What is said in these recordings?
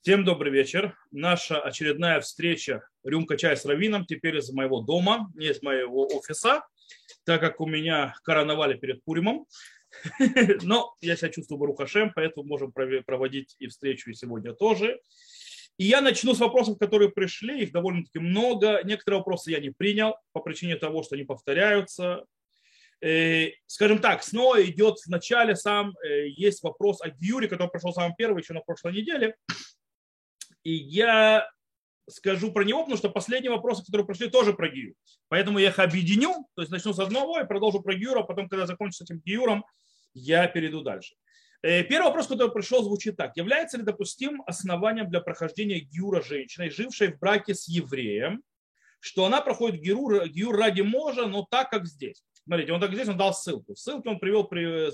Всем добрый вечер. Наша очередная встреча «Рюмка чая с раввином» теперь из моего дома, не из моего офиса, так как у меня короновали перед Пуримом. Но я себя чувствую Барух Ашем, поэтому можем проводить и встречу и сегодня тоже. И я начну с вопросов, которые пришли, их довольно-таки много. Некоторые вопросы я не принял по причине того, что они повторяются. Скажем так, снова идет в начале есть вопрос о Гиюре, который прошел самый первый еще на прошлой неделе. И я скажу про него, потому что последние вопросы, которые прошли, тоже про Гиюр. Поэтому я их объединю, то есть начну с одного и продолжу про Гиюр, а потом, когда закончу с этим Гиюром, я перейду дальше. Первый вопрос, который пришел, звучит так. Является ли допустим основанием для прохождения Гиюра женщиной, жившей в браке с евреем, что она проходит Гиюр ради мужа, но так, как здесь? Смотрите, он так здесь, он дал ссылку. В ссылке он привел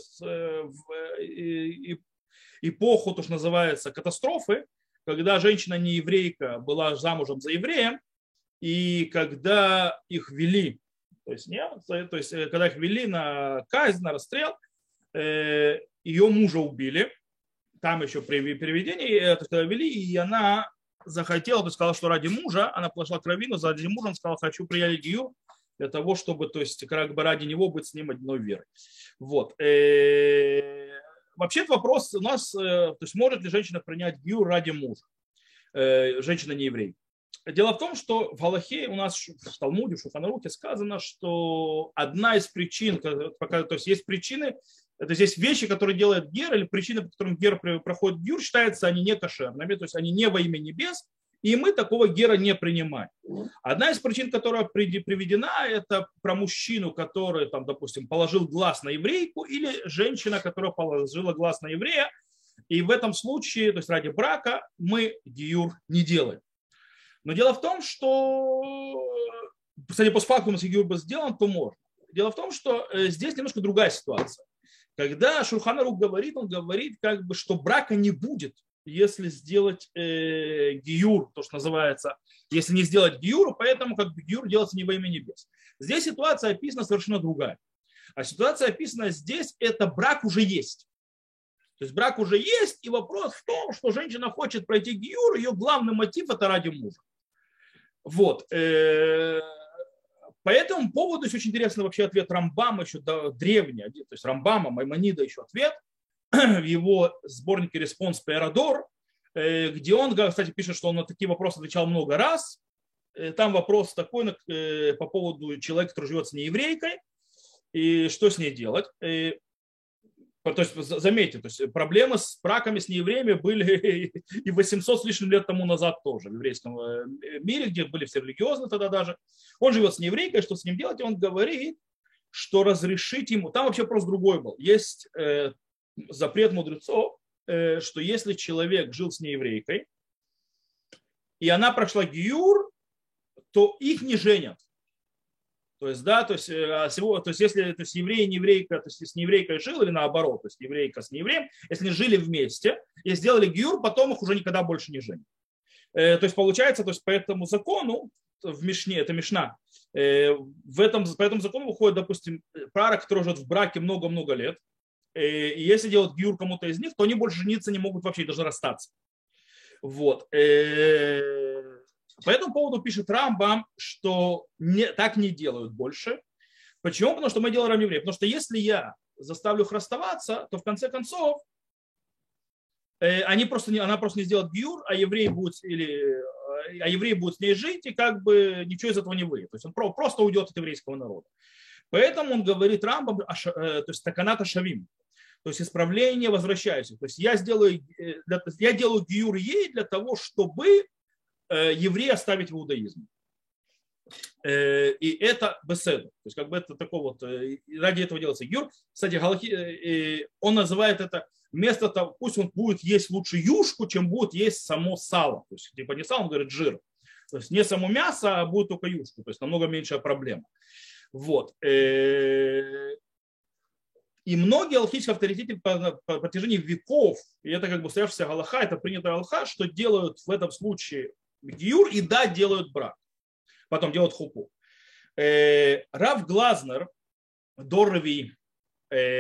эпоху, то, что называется, катастрофы, когда женщина не еврейка была замужем за евреем, и когда их вели, когда их вели на казнь, на расстрел, ее мужа убили, там еще при переведении, это когда вели, и она захотела, то есть сказала, что ради мужа, она пошла к раввину, ради мужа, она сказала, хочу принять гиюр, для того, чтобы, то есть, как бы ради него быть с ним одной верой. Вот. Вообще, этот вопрос у нас, то есть, может ли женщина принять гиюр ради мужа, женщина не еврей. Дело в том, что в Галахе у нас в Талмуде, в Шулхан Арухе сказано, что одна из причин, то есть причины, то есть есть вещи, которые делает гер, или причины, по которым гер проходит гиюр, считаются они не кошерными, то есть они не во имя небес, и мы такого гера не принимаем. Одна из причин, которая приведена, это про мужчину, который, там, допустим, положил глаз на еврейку, или женщина, которая положила глаз на еврея, и в этом случае, то есть ради брака, мы гиюр не делаем. Но дело в том, что, кстати, постфактум, если гиюр был сделан, то можно. Дело в том, что здесь немножко другая ситуация. Когда Шулхан Арух говорит, он говорит, как бы, что брака не будет, если сделать гиюр, то, что называется, если не сделать гиюр, поэтому как бы гиюр делается не во имя небес. Здесь ситуация описана совершенно другая. А ситуация описана здесь, это брак уже есть. То есть брак уже есть, и вопрос в том, что женщина хочет пройти гиюр, ее главный мотив – это ради мужа. Вот. По этому поводу есть очень интересный вообще ответ Рамбама, еще древний, то есть Рамбама, Маймонида еще ответ в его сборнике «Респонс Перадор», где он, кстати, пишет, что он на такие вопросы отвечал много раз. Там вопрос такой по поводу человека, который живет с нееврейкой, и что с ней делать. То есть, заметьте, то есть проблемы с браками с неевреями были и 800 с лишним лет тому назад тоже в еврейском мире, где были все религиозные тогда даже. Он живет с нееврейкой, что с ним делать? И он говорит, что разрешить ему... Там вообще вопрос другой был. Есть запрет мудрецов, что если человек жил с нееврейкой, и она прошла гиюр, то их не женят. То есть, да, то есть если то есть, еврей и нееврейка, то есть с нееврейкой жил или наоборот, то есть еврейка с неевреем, если они жили вместе и сделали гиюр, потом их уже никогда больше не женят. То есть получается, то есть по этому закону, в Мишне, это Мишна, по этому закону выходит, допустим, пара, которая живет в браке много-много лет, и если делают гиюр кому-то из них, то они больше жениться не могут вообще, даже расстаться. Вот. По этому поводу пишет Рамбам, что так не делают больше. Почему? Потому что мы делаем ради евреев. Потому что если я заставлю их расставаться, то в конце концов она просто не сделает гиюр, а еврей будет с ней жить, и как бы ничего из этого не выйдет. То есть он просто уйдет от еврейского народа. Поэтому он говорит Рамбам, то есть таканата шавим. То есть исправление возвращаюсь. То есть я делаю гиюр ей для того, чтобы еврея оставить в иудаизме. И это беседа. То есть как бы это такой вот, ради этого делается гиюр. Кстати, он называет это вместо того, пусть он будет есть лучше юшку, чем будет есть само сало. То есть типа не сало, он говорит жир. То есть не само мясо, а будет только юшку. То есть намного меньшая проблема. Вот. И многие алхимические авторитеты по протяжении веков, и это как бы устоявшаяся галаха, это принятая галаха, что делают в этом случае гиюр и да, делают брак. Потом делают хупу. Рав Глазнер, Дорви,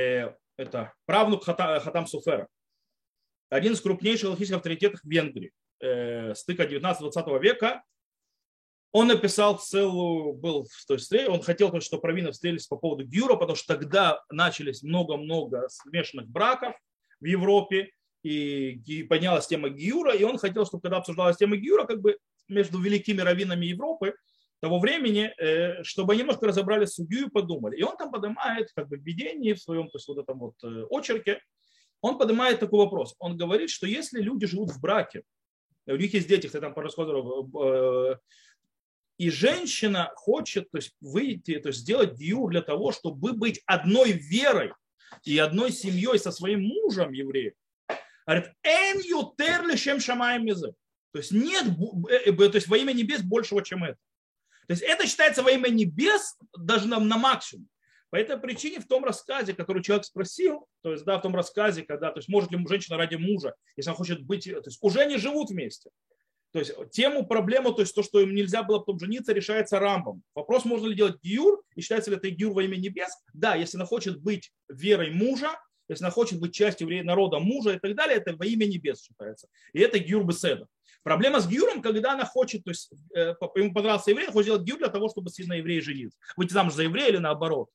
это правнук Хатам Суфера, один из крупнейших алхимических авторитетов в Венгрии. стыка 19-20 века, он написал целую, был в той встрече, он хотел, чтобы раввины встретились по поводу гиура, потому что тогда начались много-много смешанных браков в Европе, и поднялась тема гиура, и он хотел, чтобы когда обсуждалась тема гиура, как бы между великими раввинами Европы того времени, чтобы они немножко разобрали судью и подумали. И он там поднимает, как бы в видении, в своем, то есть вот этом вот очерке, он поднимает такой вопрос. Он говорит, что если люди живут в браке, у них есть дети, кто там по рассказу, и женщина хочет, то есть, выйти, то есть сделать гиур для того, чтобы быть одной верой и одной семьей со своим мужем евреем. Говорит, «Эн ютер лешем шамаем мизе». То есть нет, то есть во имя небес большего, чем это. То есть это считается во имя небес даже на максимум. По этой причине в том рассказе, который человек спросил, то есть да, в том рассказе, когда, то есть может ли женщина ради мужа, если она хочет быть, то есть уже не живут вместе. То есть тему, проблему, то есть то, что им нельзя было потом жениться, решается Рамбом. Вопрос, можно ли делать гиур, и считается ли это гиур во имя небес. Да, если она хочет быть верой мужа, если она хочет быть частью народа мужа и так далее, это во имя небес считается. И это гиур беседа. Проблема с гиуром, когда она хочет, то есть ему понравился еврей, хочет делать гиур для того, чтобы сильно еврей жениться. Выйти замуж за еврея или наоборот.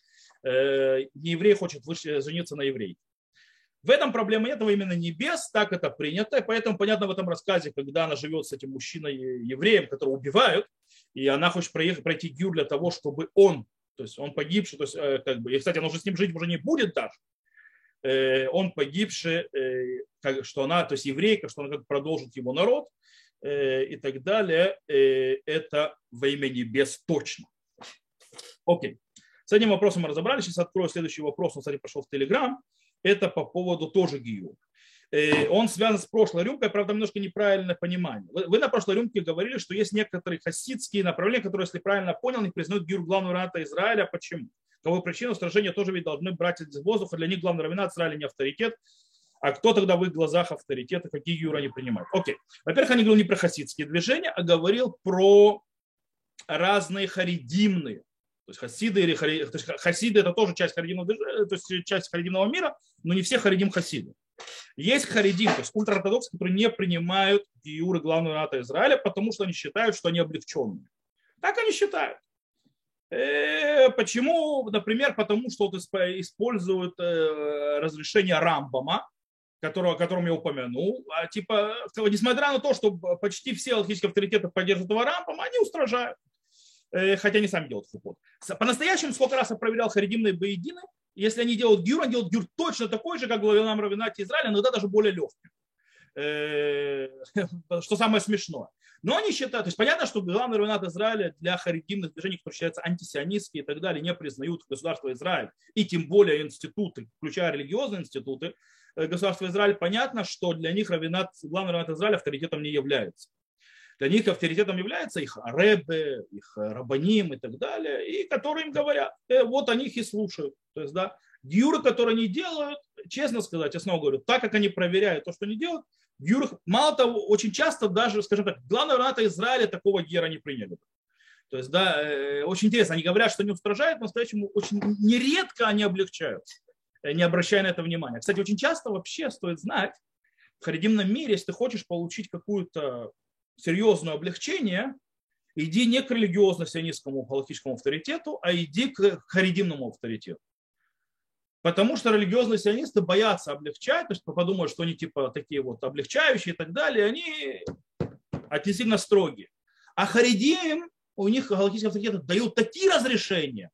Не еврей хочет жениться на еврей. В этом проблемы нет, во именно небес, так это принято. И поэтому понятно в этом рассказе, когда она живет с этим мужчиной-евреем, которого убивают, и она хочет пройти гиур для того, чтобы он, то есть он погибший, то есть как бы, и, кстати, она уже с ним жить уже не будет даже, он погибший, что она, то есть еврейка, что она как продолжит его народ и так далее, это во имя небес точно. Окей. С этим вопросом мы разобрались. Сейчас открою следующий вопрос. Он, кстати, пошел в Телеграм. Это по поводу тоже гиур. Он связан с прошлой рюмкой, правда, немножко неправильное понимание. Вы на прошлой рюмке говорили, что есть некоторые хасидские направления, которые, если правильно понял, не признают гиур главного раввината Израиля. Почему? Каковую причину сражения тоже ведь должны брать из воздуха. Для них главный раввинат Израиля не авторитет. А кто тогда в их глазах авторитет и какие гиуры они принимают? Окей. Во-первых, они говорили не про хасидские движения, а говорил про разные харидимные. То есть хасиды, или то есть хасиды это тоже часть харидимного движения, то есть часть харидимного мира, но не все харидим хасиды. Есть харидим, то есть ультраортодоксы, которые не принимают гиуры главного раввината Израиля, потому что они считают, что они облегченные. Так они считают. Почему? Например, потому что вот используют разрешение Рамбама, о котором я упомянул. Типа, несмотря на то, что почти все алхимические авторитеты поддерживают этого Рамбама, они устражают. Хотя они сами делают хупот. По-настоящему, сколько раз я проверял харидимные боедины, если они делают гиур, они делают гиур точно такой же, как в главном раввинате Израиля, иногда даже более легким. Что самое смешное. Но они считают, то есть понятно, что главный раввинат Израиля для харидимных движений, которые считаются антисионистские и так далее, не признают государство Израиль, и тем более институты, включая религиозные институты государства Израиль, понятно, что для них главный раввинат Израиля авторитетом не является. Для них авторитетом является их ребе, их рабаним и так далее, и которые им говорят, вот они их и слушают. То есть, да, гиуры, которые они делают, честно сказать, я снова говорю, так как они проверяют то, что они делают, гиуры, мало того, очень часто даже, скажем так, главного раввината Израиля такого гиура не приняли. То есть, да, очень интересно, они говорят, что они устражают, но по-настоящему очень нередко они облегчают, не обращая на это внимания. Кстати, очень часто вообще стоит знать, в харидимном мире, если ты хочешь получить какую-то серьезное облегчение, иди не к религиозно-сионистскому галактическому авторитету, а иди к харидимному авторитету. Потому что религиозные сионисты боятся облегчать, то есть подумают, что они типа такие вот облегчающие и так далее, они относительно строгие. А харидим, у них галактические авторитеты дают такие разрешения,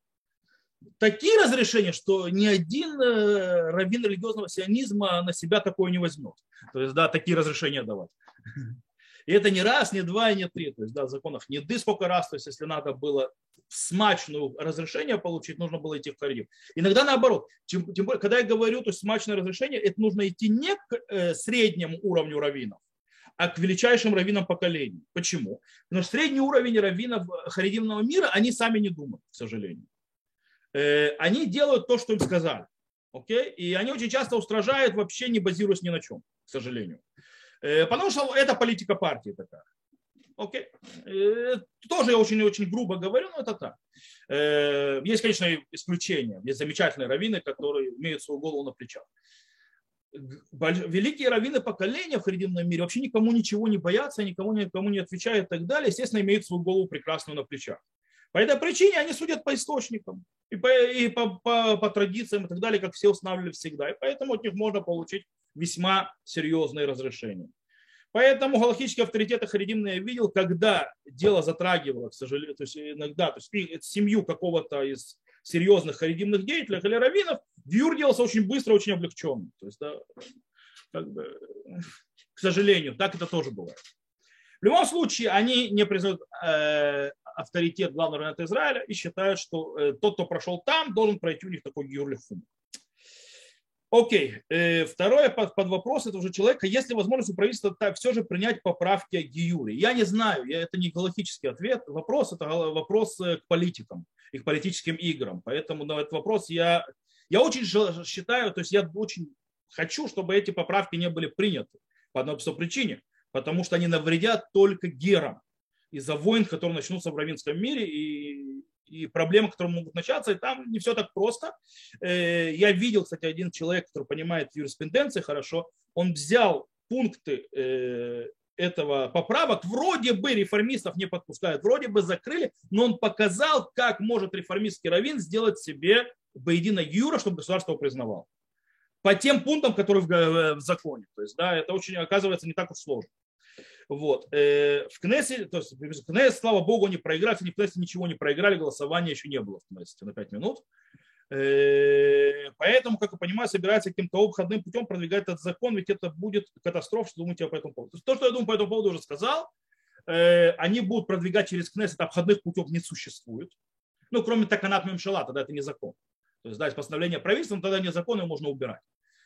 что ни один раввин религиозного сионизма на себя такое не возьмет. То есть, да, такие разрешения давать. И это не раз, не два и не три. То есть, да, в законах не ды сколько раз. То есть, если надо было смачную разрешение получить, нужно было идти в харидим. Иногда наоборот. Тем более, когда я говорю, то есть смачное разрешение, это нужно идти не к среднему уровню раввинов, а к величайшим раввинам поколений. Почему? Потому что средний уровень раввинов харидимного мира, они сами не думают, к сожалению. Они делают то, что им сказали. Okay? И они очень часто устражают, вообще не базируясь ни на чем, к сожалению. Потому что это политика партии такая. Окей. Тоже я очень грубо говорю, но это так. Есть, конечно, исключения. Есть замечательные раввины, которые имеют свою голову на плечах. великие раввины поколения в харидимном мире вообще никому ничего не боятся, никому не отвечают и так далее, естественно, имеют свою голову прекрасную на плечах. По этой причине они судят по источникам по традициям и так далее, как все устанавливали всегда. И поэтому от них можно получить весьма серьезные разрешения. Поэтому галахические авторитеты харидимные я видел, когда дело затрагивало, к сожалению, то есть иногда семью какого-то из серьезных харидимных деятелей или раввинов, гиур делался очень быстро, очень облегченно. То есть, да, как бы, к сожалению, так это тоже бывает. В любом случае, они не признают авторитет главного раввината Израиля и считают, что тот, кто прошел там, должен пройти у них такой гиур лихум. Окей. Второе под вопрос этого же человека, есть ли возможность у правительства все же принять поправки о гиюре? Я не знаю, это не галактический ответ. Вопрос, это вопрос к политикам, их политическим играм. Поэтому на этот вопрос я очень считаю, то есть я очень хочу, чтобы эти поправки не были приняты по одной простой причине, потому что они навредят только герам из-за войн, которые начнутся в раввинском мире и проблемы, которые могут начаться, и там не все так просто. Я видел, кстати, один человек, который понимает юриспруденции хорошо, он взял пункты этого поправок, вроде бы реформистов не подпускают, вроде бы закрыли, но он показал, как может реформистский раввин сделать себе боедино гиура, чтобы государство его признавало. По тем пунктам, которые в законе. То есть, да, это очень, оказывается, не так уж сложно. Вот. В Кнессете, то есть в Кнессете, слава Богу, они проиграли, они в Кнессете ничего не проиграли, голосования еще не было в Кнессете на 5 минут. Поэтому, как я понимаю, собирается каким-то обходным путем продвигать этот закон, ведь это будет катастрофа, что думаете по этому поводу. То, что я думаю по этому поводу, уже сказал. Они будут продвигать через Кнессет, обходных путев не существует. Ну, кроме таканат мемшала, тогда это не закон. То есть, да, из постановления правительства, но тогда не закон, его можно убирать.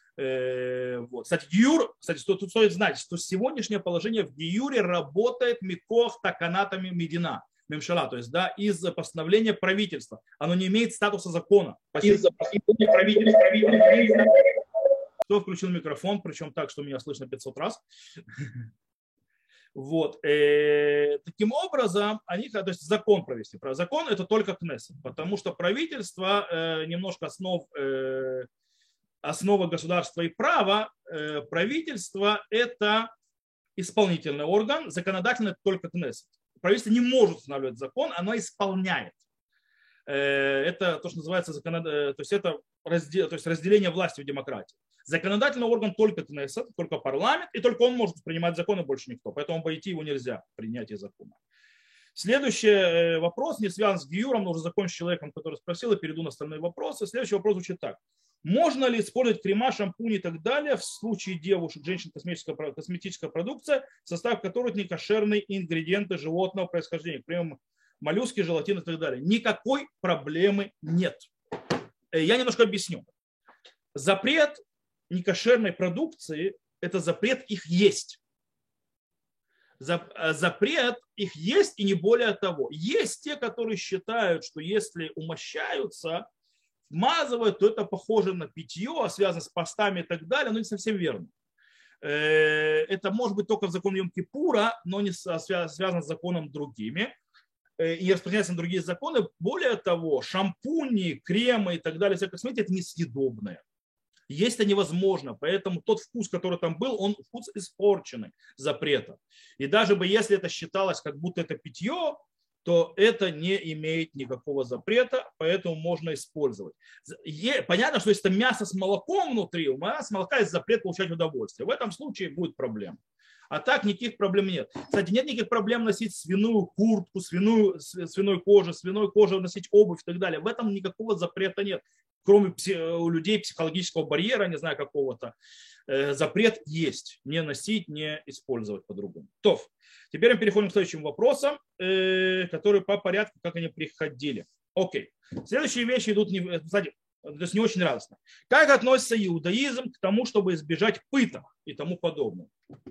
Вот. Кстати, гиюр, тут стоит знать, что сегодняшнее положение в гиюре работает микох таканатами медина, мемшала, то есть, да, из постановления правительства. Оно не имеет статуса закона. Из-за постановления правительства. Кто включил микрофон, причем так, что меня слышно 500 раз. Вот. Таким образом, они, то есть закон провести. Закон это только Кнессет, потому что правительство немножко основа государства и права, правительство это исполнительный орган, законодательный это только Кнессет. Правительство не может устанавливать закон, оно исполняет. Это то, что называется то есть это разделение власти в демократии. Законодательный орган только Кнессет, только парламент, и только он может принимать законы, больше никто. Поэтому обойти его нельзя, принятие закона. Следующий вопрос не связан с гиюром, но уже закончу с человеком, который спросил, и перейду на остальные вопросы. Следующий вопрос звучит так. Можно ли использовать крема, шампунь и так далее в случае девушек, женщин, косметическая продукция, в состав которой некошерные ингредиенты животного происхождения, например, моллюски, желатин и так далее? Никакой проблемы нет. Я немножко объясню. Запрет некошерной продукции – это запрет их есть. Запрет их есть и не более того. Есть те, которые считают, что если умощаются, вмазывают, то это похоже на питье, связано с постами и так далее, но не совсем верно. Это может быть только в законе Йом-Кипура, но не связано с законом другими. И распространяется на другие законы. Более того, шампуни, кремы и так далее, вся косметика – это несъедобное. Есть это невозможно, поэтому тот вкус, который там был, он вкус испорченный запретом. И даже бы если это считалось, как будто это питье, то это не имеет никакого запрета, поэтому можно использовать. Понятно, что если это мясо с молоком внутри, у нас с молока есть запрет получать удовольствие. В этом случае будет проблема. А так никаких проблем нет. Кстати, нет никаких проблем носить свиную куртку, свиной кожи носить обувь и так далее. В этом никакого запрета нет. Кроме у людей психологического барьера, не знаю какого-то, запрет есть. Не носить, не использовать по-другому. То, теперь мы переходим к следующим вопросам, которые по порядку, как они приходили. Окей. Следующие вещи идут, кстати, то есть не очень радостно. Как относится иудаизм к тому, чтобы избежать пыток и тому подобное?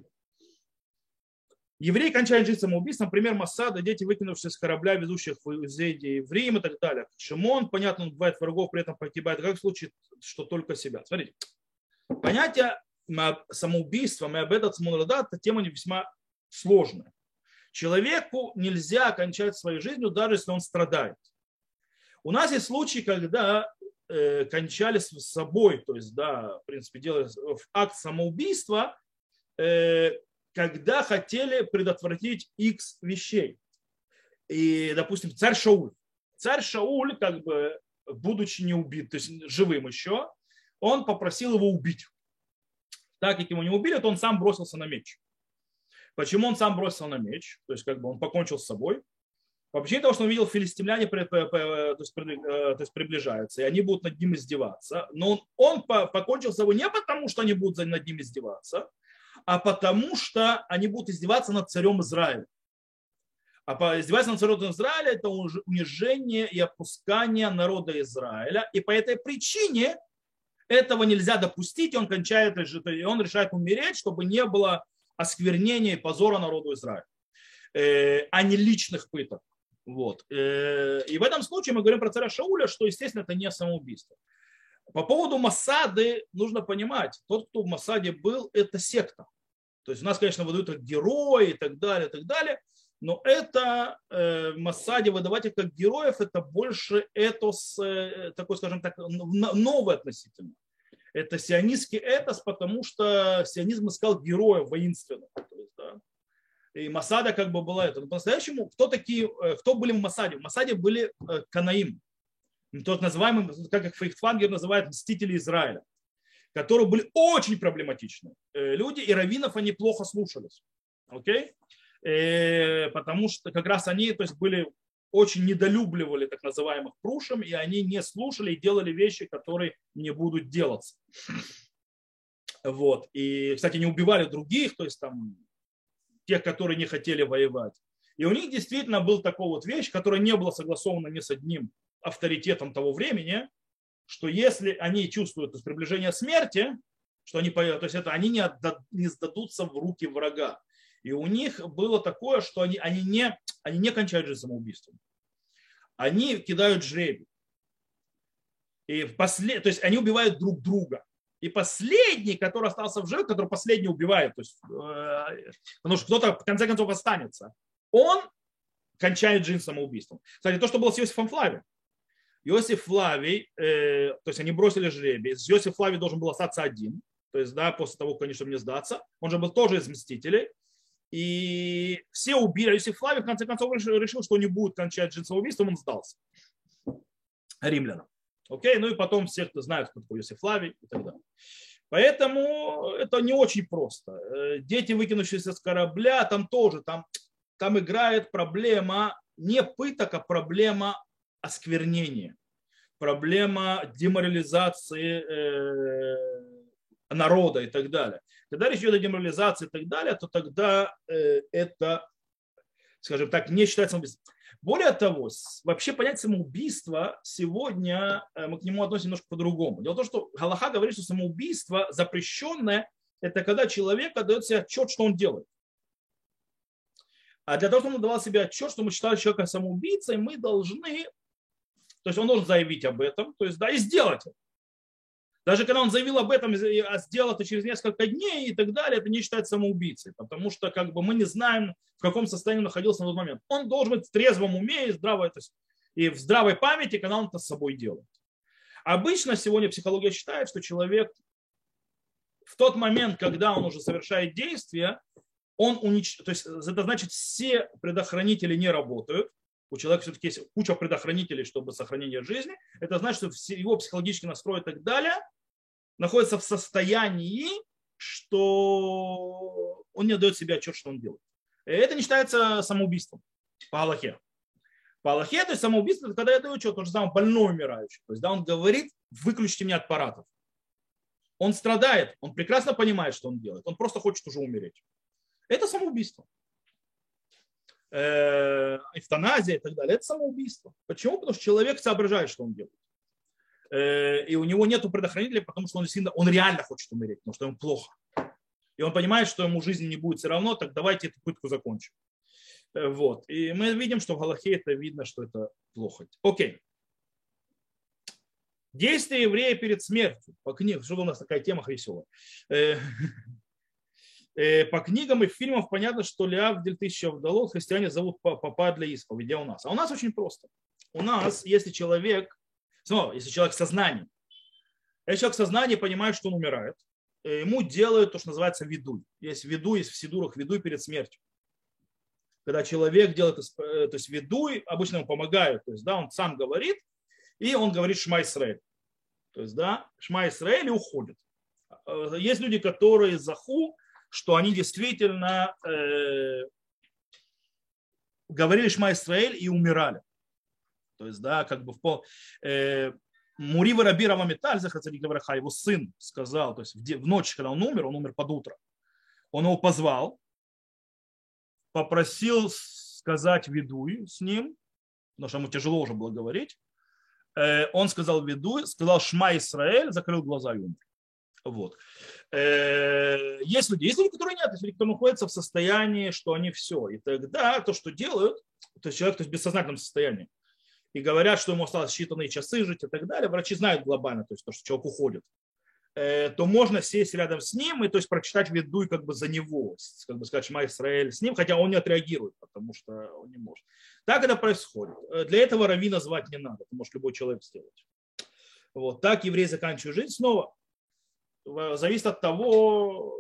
Евреи кончают жизнь самоубийством, например, Моссада, дети, выкинувшие с корабля, везущих идей в Рим и так далее. Шимон, понятно, он бывает врагов, при этом погибает, как в случае, что только себя. Смотрите, понятие самоубийства, меабедат самонарадат, это тема весьма сложная. Человеку нельзя кончать свою жизнь, даже если он страдает. У нас есть случаи, когда кончали с собой, то есть, да, в принципе, делали акт самоубийства, когда хотели предотвратить X вещей. И, допустим, царь Шауль. Царь Шауль, как бы, будучи не убит, то есть живым еще, он попросил его убить. Так как его не убили, то он сам бросился на меч. Почему он сам бросился на меч? То есть, как бы он покончил с собой. По причине того, что он видел, филистимляне то есть приближаются, и они будут над ним издеваться. Но он покончил с собой не потому, что они будут над ним издеваться, а потому что они будут издеваться над царем Израиля. А издеваться над царем Израиля – это унижение и опускание народа Израиля. И по этой причине этого нельзя допустить, и он решает умереть, чтобы не было осквернения и позора народу Израиля, а не личных пыток. Вот. И в этом случае мы говорим про царя Шауля, что, естественно, это не самоубийство. По поводу Моссады нужно понимать, тот, кто в Моссаде был, это секта. То есть у нас, конечно, выдают как герои и так далее, но это в Моссаде выдавать их как героев, это больше этос, такой, скажем так, новый относительно. Это сионистский этос, потому что сионизм искал героев воинственных. То есть, да. И Моссада как бы была это. Но по-настоящему, кто были в Моссаде? В Моссаде были канаим, тот называемый, как их Фейхтвангер называют, мстители Израиля, которые были очень проблематичны. Люди, и раввинов они плохо слушались. Okay? Потому что как раз они, то есть, очень недолюбливали так называемых прушим, и они не слушали и делали вещи, которые не будут делаться. Вот. И, кстати, не убивали других, то есть там тех, которые не хотели воевать. И у них действительно был такой вот вещь, которая не была согласована ни с одним авторитетом того времени, что если они чувствуют, то есть, приближение смерти, что они, то есть это, они не сдадутся в руки врага. И у них было такое, что они не кончают жизнь самоубийством. Они кидают жребий. То есть они убивают друг друга. И последний, который остался в живых, который последний убивает, то есть, потому что кто-то в конце концов останется, он кончает жизнь самоубийством. Кстати, то, что было с Иосифом Флавием. Иосиф Флавий, то есть они бросили жребий. Иосиф Флавий должен был остаться один. То есть, да, после того, конечно, не сдаться. Он же был тоже из мстителей. И все убили. Иосиф Флавий в конце концов решил, что он не будет кончать жизнь самоубийством, он сдался римлянам. Окей? Ну и потом все, кто знают, кто такой Иосиф Флавий и так далее. Поэтому это не очень просто. Дети, выкинувшиеся с корабля, там тоже, там играет проблема не пыток, а проблема осквернения, проблема деморализации народа и так далее. Когда речь идет о деморализации и так далее, то тогда это, скажем так, не считается самоубийством. Более того, вообще понятие самоубийства сегодня мы к нему относимся немножко по-другому. Дело в том, что галаха говорит, что самоубийство запрещенное – это когда человек отдает себе отчет, что он делает. А для того, чтобы он давал себе отчет, что мы считали человека самоубийцей, мы должны, то есть он должен заявить об этом, то есть да, и сделать это. Даже когда он заявил об этом, а сделал это через несколько дней и так далее, это не считается самоубийцей, потому что как бы, мы не знаем, в каком состоянии он находился на тот момент. Он должен быть в трезвом уме и в здравой памяти, когда он это с собой делает. Обычно сегодня психология считает, что человек в тот момент, когда он уже совершает действия, то есть это значит, все предохранители не работают. У человека все-таки есть куча предохранителей, чтобы сохранение жизни. Это значит, что его психологический настрой и так далее находится в состоянии, что он не отдает себе отчет, что он делает. И это не считается самоубийством по Аллахе. По Аллахе, то есть самоубийство, это когда я даю отчет, тот же самый больной умирающий. То есть да, он говорит, выключите меня от аппаратов. Он страдает, он прекрасно понимает, что он делает. Он просто хочет уже умереть. Это самоубийство. Эвтаназия и так далее. Это самоубийство. Почему? Потому что человек соображает, что он делает. И у него нет предохранителей, потому что он реально хочет умереть, потому что ему плохо. И он понимает, что ему жизни не будет все равно, так давайте эту пытку закончим. Вот. И мы видим, что в Галахе это видно, что это плохо. Окей. Действия еврея перед смертью. По книгам, что у нас такая тема веселая. По книгам и фильмам понятно, что Леавдиль 1000 Авдалот христиане зовут папа для исповеди у нас. А у нас очень просто. У нас, если человек Снова, если человек в сознании. Если человек в сознании понимает, что он умирает, ему делают то, что называется видуй. Есть видуй, есть в сидурах видуй перед смертью. Когда человек делает, то есть видуй, обычно ему помогают, то есть, да, он сам говорит, и он говорит Шма Исраэль. То есть, да, Шма Исраэль и уходит. Есть люди, которые заху, что они действительно говорили Шма Исраэль и умирали. То есть, да, как бы Мурива Раби Рава Металь, его сын сказал, то есть в ночь, когда он умер под утро, он его позвал, попросил сказать видуй с ним, потому что ему тяжело уже было говорить. Он сказал видуй, сказал Шма Исраэль, закрыл глаза и умер. Вот. Есть люди, которые нет, есть люди, которые находятся в состоянии, что они все. И тогда то, что делают, то есть человек в бессознательном состоянии, и говорят, что ему осталось считанные часы жить и так далее, врачи знают глобально, то есть то, что человек уходит, то можно сесть рядом с ним и то есть прочитать видуй как бы за него, как бы сказать Шма Исраэль с ним, хотя он не отреагирует, потому что он не может. Так это происходит. Для этого раввина звать не надо, это может любой человек сделать. Вот. Так еврей заканчивает жизнь. Снова зависит от того,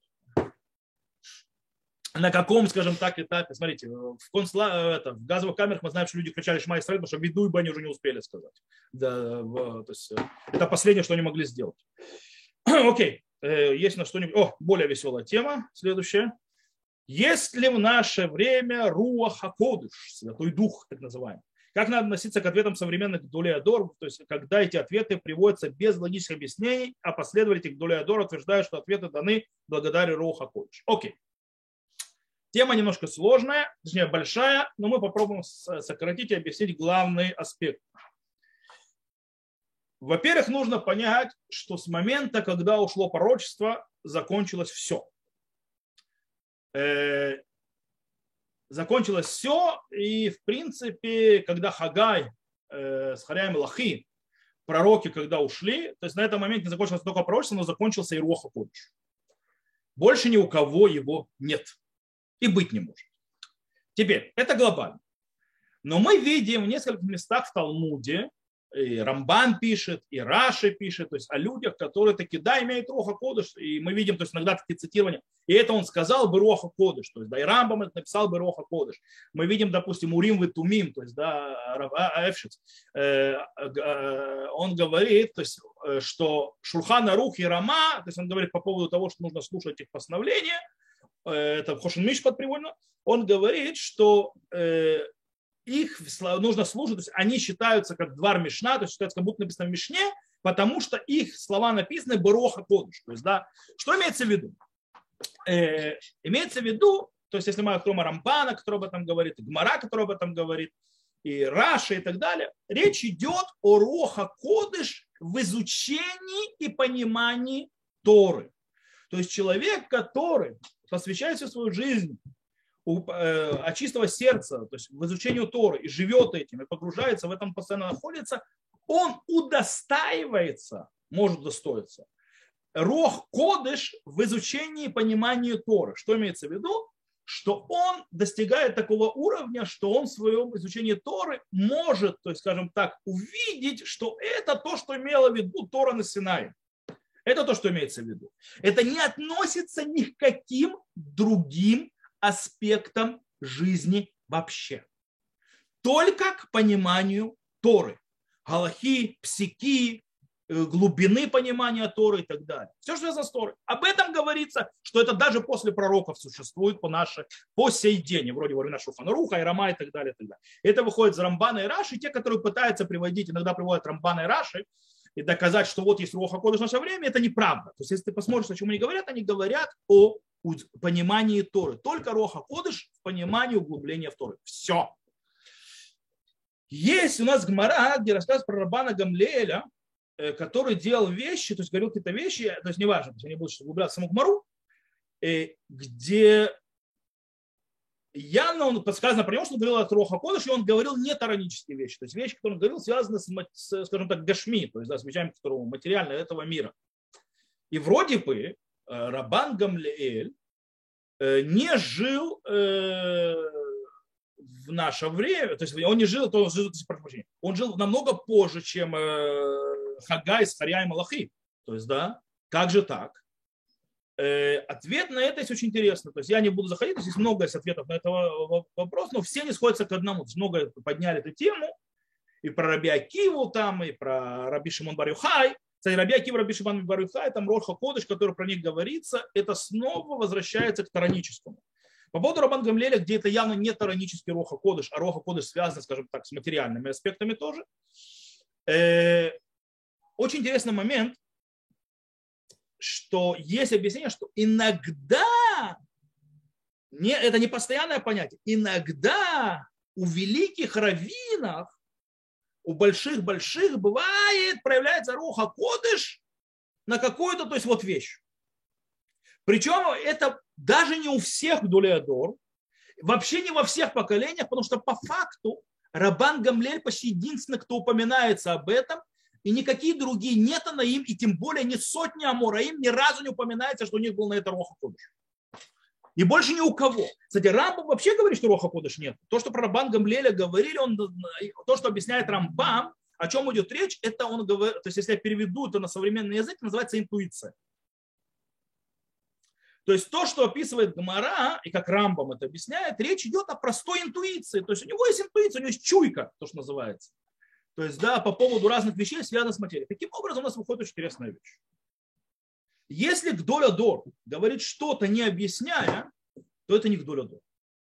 на каком, скажем так, этапе. Смотрите, в газовых камерах мы знаем, что люди кричали Шма Исраэль, потому что видуй бы они уже не успели сказать. Да, то есть, это последнее, что они могли сделать. Окей, есть на что-нибудь. Более веселая тема. Следующая. Есть ли в наше время Руах ха-Кодеш, Святой Дух, так называемый? Как надо относиться к ответам современных Гдолей Адор, то есть когда эти ответы приводятся без логических объяснений, а последователи Гдолей Адор утверждают, что ответы даны благодаря Руах ха-Кодеш. Окей. Тема немножко сложная, точнее большая, но мы попробуем сократить и объяснить главный аспект. Во-первых, нужно понять, что с момента, когда ушло пророчество, закончилось все. Закончилось все, и в принципе, когда Хагай с Харяем и Лахи, пророки, когда ушли, то есть на этом моменте не закончилось только пророчество, но закончился и Руах ха-Кодеш. Больше ни у кого его нет. И быть не может. Теперь, это глобально. Но мы видим в нескольких местах в Талмуде, и Рамбан пишет, и Раши пишет, то есть о людях, которые таки, да, имеют Руах ха-Кодеш, и мы видим, то есть иногда такие цитирования, и это он сказал бы Руах ха-Кодеш, то есть, да, и Рамбам это написал бы Руах ха-Кодеш. Мы видим, допустим, Урим и Тумим, то есть, да, Эфшиц, он говорит, то есть, что Шулхан Арух и Рама, то есть он говорит по поводу того, что нужно слушать их постановления, это Хошен Мишпат приводно, он говорит, что их нужно слушать, то есть они считаются как двар Мишна, то есть считаются как будто написано в Мишне, потому что их слова написаны Руах ха-Кодеш. То есть, да, что имеется в виду? Имеется в виду, то есть если мы откроем Рамбана, который об этом говорит, и Гмара, который об этом говорит, и Раши и так далее, речь идет о Руах ха-Кодеш в изучении и понимании Торы. То есть человек, который посвящает всю свою жизнь от чистого сердца, то есть в изучению Торы, и живет этим, и погружается в этом, постоянно находится, он удостаивается, может удостоиться, Руах Кодеш в изучении и понимании Торы. Что имеется в виду? Что он достигает такого уровня, что он в своем изучении Торы может, то есть, скажем так, увидеть, что это то, что имела в виду Тора на Синае. Это то, что имеется в виду. Это не относится ни к каким другим аспектам жизни вообще. Только к пониманию Торы. Галахи, псики, глубины понимания Торы и так далее. Все, что связано с Торой. Об этом говорится, что это даже после пророков существует по сей день. Вроде во времена Шулхан Аруха, и Рама и так далее. И так далее. Это выходит из Рамбана и Раши. Те, которые пытаются приводить, иногда приводят Рамбана и Раши, и доказать, что вот есть Руах ха-Кодеш в наше время, это неправда. То есть, если ты посмотришь, о чем они говорят о понимании Торы. Только Руах ха-Кодеш в понимании углубления в Торы. Все. Есть у нас Гмара, где рассказывает про Раббана Гамлиэля, который делал вещи, то есть говорил какие-то вещи, то есть неважно, то есть я не буду углубляться в саму Гмару, где явно он подсказано про него, что он говорил от Руаха ха-Кодеш, и он говорил не таранические вещи, то есть вещи, которые он говорил, связаны с, скажем так, гашми, то есть да, с вещами, которые материальны этого мира. И вроде бы Раббан Гамлиэль не жил в наше время, то есть он не жил, то он жил, он жил намного позже, чем Хагай, Схарья и Малахи. То есть, да, как же так? Ответ на это есть очень интересно. То есть я не буду заходить, то есть есть много ответов на этот вопрос, но все не сходятся к одному. Много подняли эту тему, и про Раби Акиву там, и про Раби Шимон бар Йохай. Кстати, Раби Акива, Раби Шимон бар Йохай, там Рох ха-Кодеш, который про них говорится, это снова возвращается к тараническому. По поводу Рабан Гамлеля, где это явно не таранический Рох ха-Кодеш, а Рох ха-Кодеш связан, скажем так, с материальными аспектами тоже. Очень интересный момент, что есть объяснение, что иногда, это не постоянное понятие, иногда у великих раввинов, у больших-больших бывает, проявляется Рух ха-Кодеш на какую-то, то есть вот вещь. Причем это даже не у всех Гдолей Адор, вообще не во всех поколениях, потому что по факту Рабан Гамлель почти единственный, кто упоминается об этом, и никакие другие нет анаим, и тем более не сотни амораим, ни разу не упоминается, что у них был на это Рух ха-Кодеш. И больше ни у кого. Кстати, Рамбам вообще говорит, что Рух ха-Кодеш нет. То, что про Рабан Гамлеля говорили, то, что объясняет Рамбам, о чем идет речь, это он говорит, то есть если я переведу это на современный язык, называется интуиция. То есть то, что описывает Гемара, и как Рамбам это объясняет, речь идет о простой интуиции. То есть у него есть интуиция, у него есть чуйка, то, что называется. То есть, да, по поводу разных вещей, связанных с материей. Таким образом, у нас выходит очень интересная вещь. Если Гдоль Адор говорит что-то, не объясняя, то это не Гдоль Адор.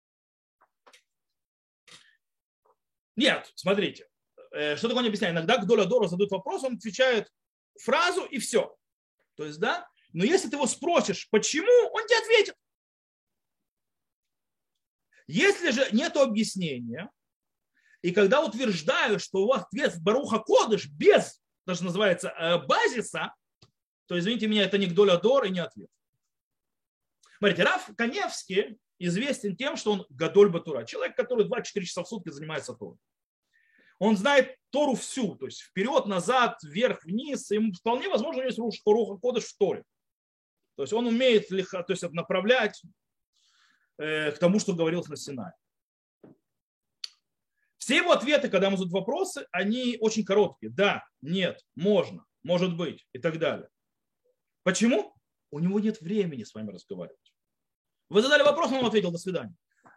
Нет, смотрите. Что такое не объясняя? Иногда Гдоль Адору задают вопрос, он отвечает фразу и все. То есть, да, но если ты его спросишь, почему, он тебе ответит. Если же нет объяснения, и когда утверждаю, что у вас ответ в Барух ха-Кодеш без, даже называется, базиса, то, извините меня, это не Гдоль Адор и не ответ. Смотрите, Рав Каневский известен тем, что он Гадоль Батура, человек, который 24 часа в сутки занимается Торой. Он знает Тору всю, то есть вперед, назад, вверх, вниз. Ему вполне возможно, у него есть Рух ха-Кодеш в Торе. То есть он умеет то есть, направлять к тому, что говорилось на Синае. Все его ответы, когда ему задают вопросы, они очень короткие. Да, нет, можно, может быть и так далее. Почему? У него нет времени с вами разговаривать. Вы задали вопрос, он ответил, до свидания.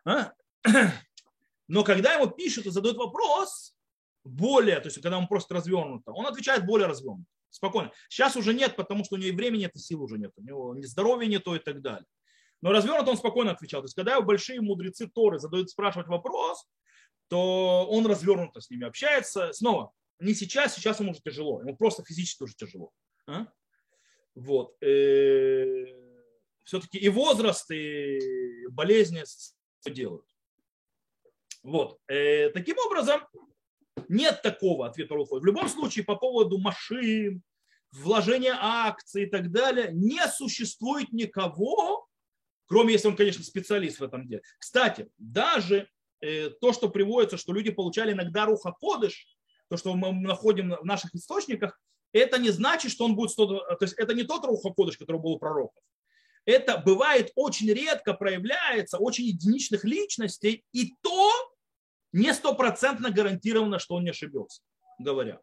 Но когда ему пишут и задают вопрос, более, то есть когда он просто развернуто, он отвечает более развернуто. Спокойно. Сейчас уже нет, потому что у него и времени нет, и сил уже нет. У него ни здоровья нету и так далее. Но развернуто он спокойно отвечал. То есть когда большие мудрецы Торы задают спрашивать вопрос, то он развернуто с ними общается. Снова, не сейчас, сейчас ему уже тяжело. Ему просто физически уже тяжело. Вот. Все-таки и возраст, и болезни делают. Вот. Таким образом, нет такого ответа Руху. В любом случае, по поводу машин, вложения акций и так далее, не существует никого, кроме, если он, конечно, специалист в этом деле. Кстати, даже то, что приводится, что люди получали иногда Рух ха-Кодеш, то, что мы находим в наших источниках, это не значит, что он будет что-то... То есть это не тот Рух ха-Кодеш, который был у пророков. Это бывает очень редко, проявляется, очень единичных личностей, и то не стопроцентно гарантировано, что он не ошибется, говоря.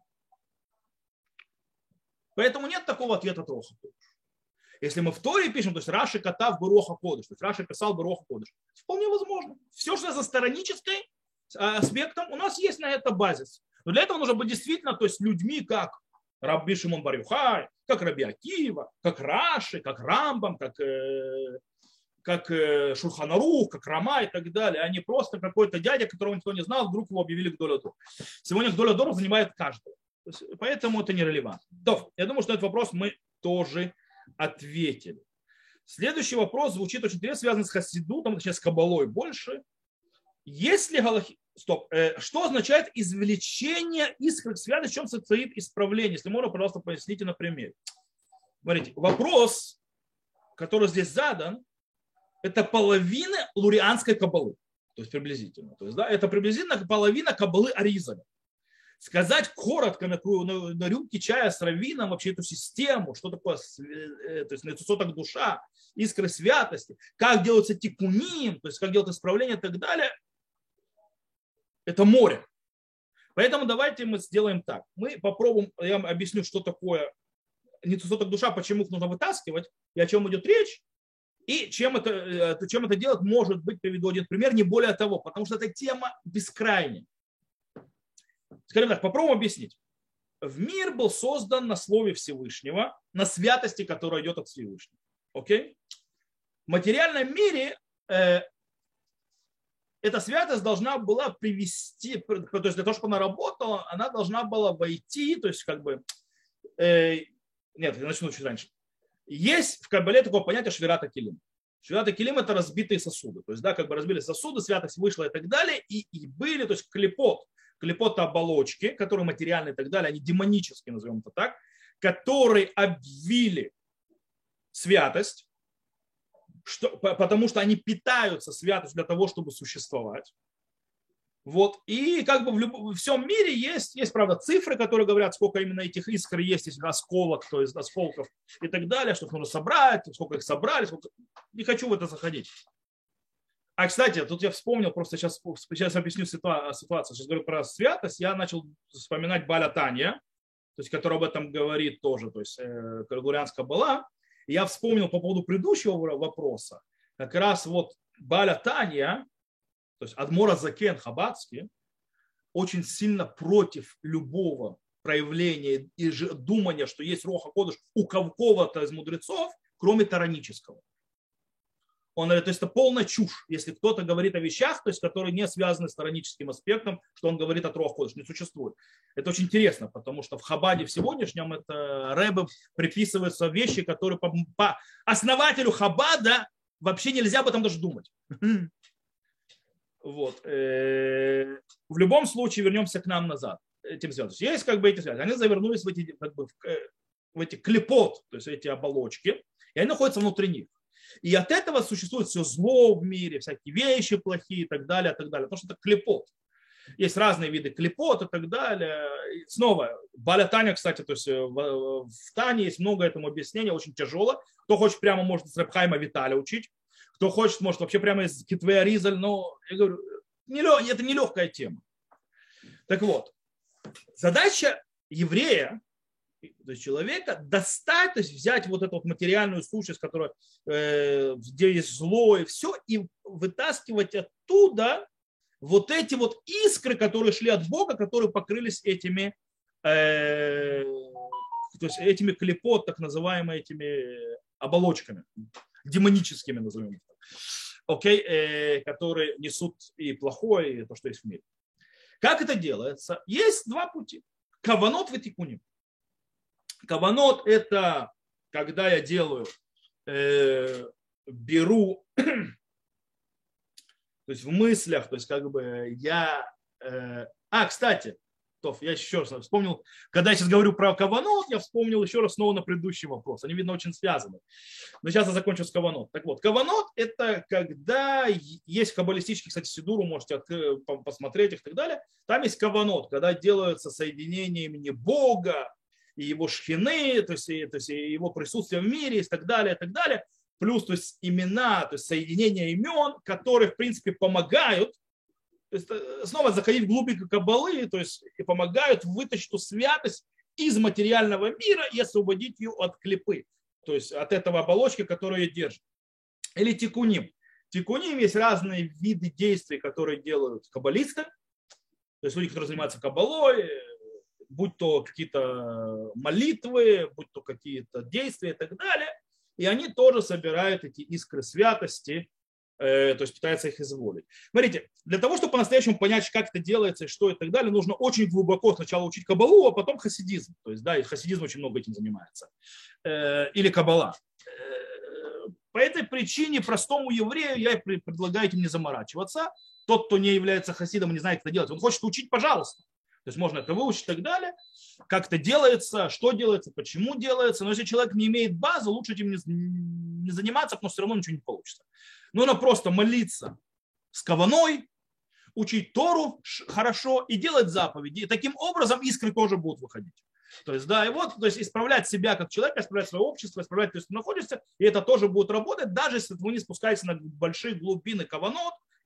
Поэтому нет такого ответа от Рух ха-Кодеш. Если мы в Торе пишем, то есть Раши катав бы Рух ха-Кодеш, то есть Раши писал бы Рух ха-Кодеш, вполне возможно. Все, что за стороническим аспектом, у нас есть на это базис. Но для этого нужно быть действительно, то есть людьми, как Рабби Шимон бар Йохай, как Раби Акива, как Раши, как Рамбам, как Шулхан Арух, как Рама и так далее, а не просто какой-то дядя, которого никто не знал, вдруг его объявили Гдоль Адор. Сегодня Гдоль Адор занимает каждого. Поэтому это нерелевантно. Я думаю, что этот вопрос мы тоже ответили. Следующий вопрос звучит очень интересно, связан с хасидутом, точнее с кабалой больше. Если галахи... Что означает извлечение искры связи, в чем состоит исправление? Если можно, пожалуйста, поясните на примере. Смотрите, вопрос, который здесь задан, это половина лурианской кабалы. То есть приблизительно. То есть, да, это приблизительно половина кабалы Аризаля. Сказать коротко на рюмке чая с раввином вообще эту систему, что такое, то есть соток душа, искры святости, как делается тикуним, то есть как делать исправление и так далее, Это море. Поэтому давайте мы сделаем так. Мы попробуем, я вам объясню, что такое не соток душа, почему их нужно вытаскивать и о чем идет речь. И чем это делать, может быть, приведу один пример, не более того, потому что эта тема бескрайняя. Скажем так, попробуем объяснить. Мир был создан на слове Всевышнего, на святости, которая идет от Всевышнего. Окей? В материальном мире эта святость должна была привести, то есть для того, чтобы она работала, она должна была войти, то есть как бы, нет, я начну чуть раньше. Есть в Каббале такое понятие швирата килим. Швирата килим – это разбитые сосуды. То есть, да, как бы разбили сосуды, святость вышла и так далее, и были, то есть клепот. Клепот – это оболочки, которые материальные и так далее, они демонические, назовем это так, которые обвили святость, потому что они питаются святостью для того, чтобы существовать. Вот. И как бы в всем мире есть, правда, цифры, которые говорят, сколько именно этих искр есть, если осколок, то есть осколков и так далее, что их нужно собрать, сколько их собрали. Не хочу в это заходить. А, кстати, тут я вспомнил, просто сейчас объясню ситуацию. Сейчас говорю про святость, я начал вспоминать Баля Танья, то есть, который об этом говорит тоже, то есть Григорианская была. И я вспомнил по поводу предыдущего вопроса, как раз вот Баля Танья, то есть Адмор Закен Хабадский, очень сильно против любого проявления и думания, что есть Роха Кодыш у кого-то из мудрецов, кроме таранического. Он говорит, то есть это полная чушь, если кто-то говорит о вещах, то есть, которые не связаны с тараническим аспектом, что он говорит от Роха Кодыш, не существует. Это очень интересно, потому что в Хабаде в сегодняшнем это Ребе приписываются вещи, которые по основателю Хабада вообще нельзя об этом даже думать. Вот. В любом случае вернемся к нам назад. Этим связано. Есть как бы эти связи. Они завернулись в эти клепот, то есть эти оболочки, и они находятся внутри них. И от этого существует все зло в мире, всякие вещи плохие и так далее, потому что это клепот. Есть разные виды клепот и так далее. И снова, Баля Таня, кстати, то есть в Тане есть много этому объяснения, очень тяжело. Кто хочет, прямо может с Реб Хаима Виталя учить. Кто хочет, может вообще прямо из Китве Аризаль, но я говорю, это нелегкая тема. Так вот, задача еврея, то есть человека, достать, то есть взять вот эту вот материальную сущность, которая, где есть зло и все, и вытаскивать оттуда вот эти вот искры, которые шли от Бога, которые покрылись этими, то есть этими клепот, так называемыми этими оболочками, демоническими, назовем их так, окей, которые несут и плохое, и то, что есть в мире. Как это делается? Есть два пути. Каванот и тикуним. Каванот – это когда я делаю, беру, то есть в мыслях, то есть как бы я… кстати, я еще раз вспомнил, когда я сейчас говорю про каванот, я вспомнил еще раз снова на предыдущий вопрос. Они, видно, очень связаны. Но сейчас я закончу с каванот. Так вот, каванот – это когда есть каббалистические, кстати, сидуру, можете посмотреть их и так далее. Там есть каванот, когда делаются соединения имени Бога и его шхины, то есть его присутствие в мире и так далее, и так далее. Плюс, то есть имена, то есть соединение имен, которые, в принципе, помогают. То есть снова заходить в глубину каббалы, то есть и помогают вытащить эту святость из материального мира и освободить ее от клепы, то есть от этого оболочки, которая ее держит. Или тикуним. Тикуним есть разные виды действий, которые делают каббалисты, то есть люди, которые занимаются каббалой, будь то какие-то молитвы, будь то какие-то действия и так далее, и они тоже собирают эти искры святости, то есть пытается их изволить. Смотрите, для того, чтобы по-настоящему понять, как это делается и что и так далее, нужно очень глубоко сначала учить кабалу, а потом хасидизм. То есть, да, и хасидизм очень много этим занимается. Или кабала. По этой причине простому еврею я предлагаю этим не заморачиваться. Тот, кто не является хасидом и не знает, как это делать, он хочет учить, пожалуйста. То есть можно это выучить и так далее, как это делается, что делается, почему делается. Но если человек не имеет базы, лучше этим не заниматься, потому что все равно ничего не получится. Нужно просто молиться с каваной, учить Тору хорошо и делать заповеди. И таким образом искры тоже будут выходить. То есть, да, и вот, то есть исправлять себя как человека, исправлять свое общество, исправлять, то есть находишься, и это тоже будет работать, даже если вы не спускаетесь на большие глубины каванот,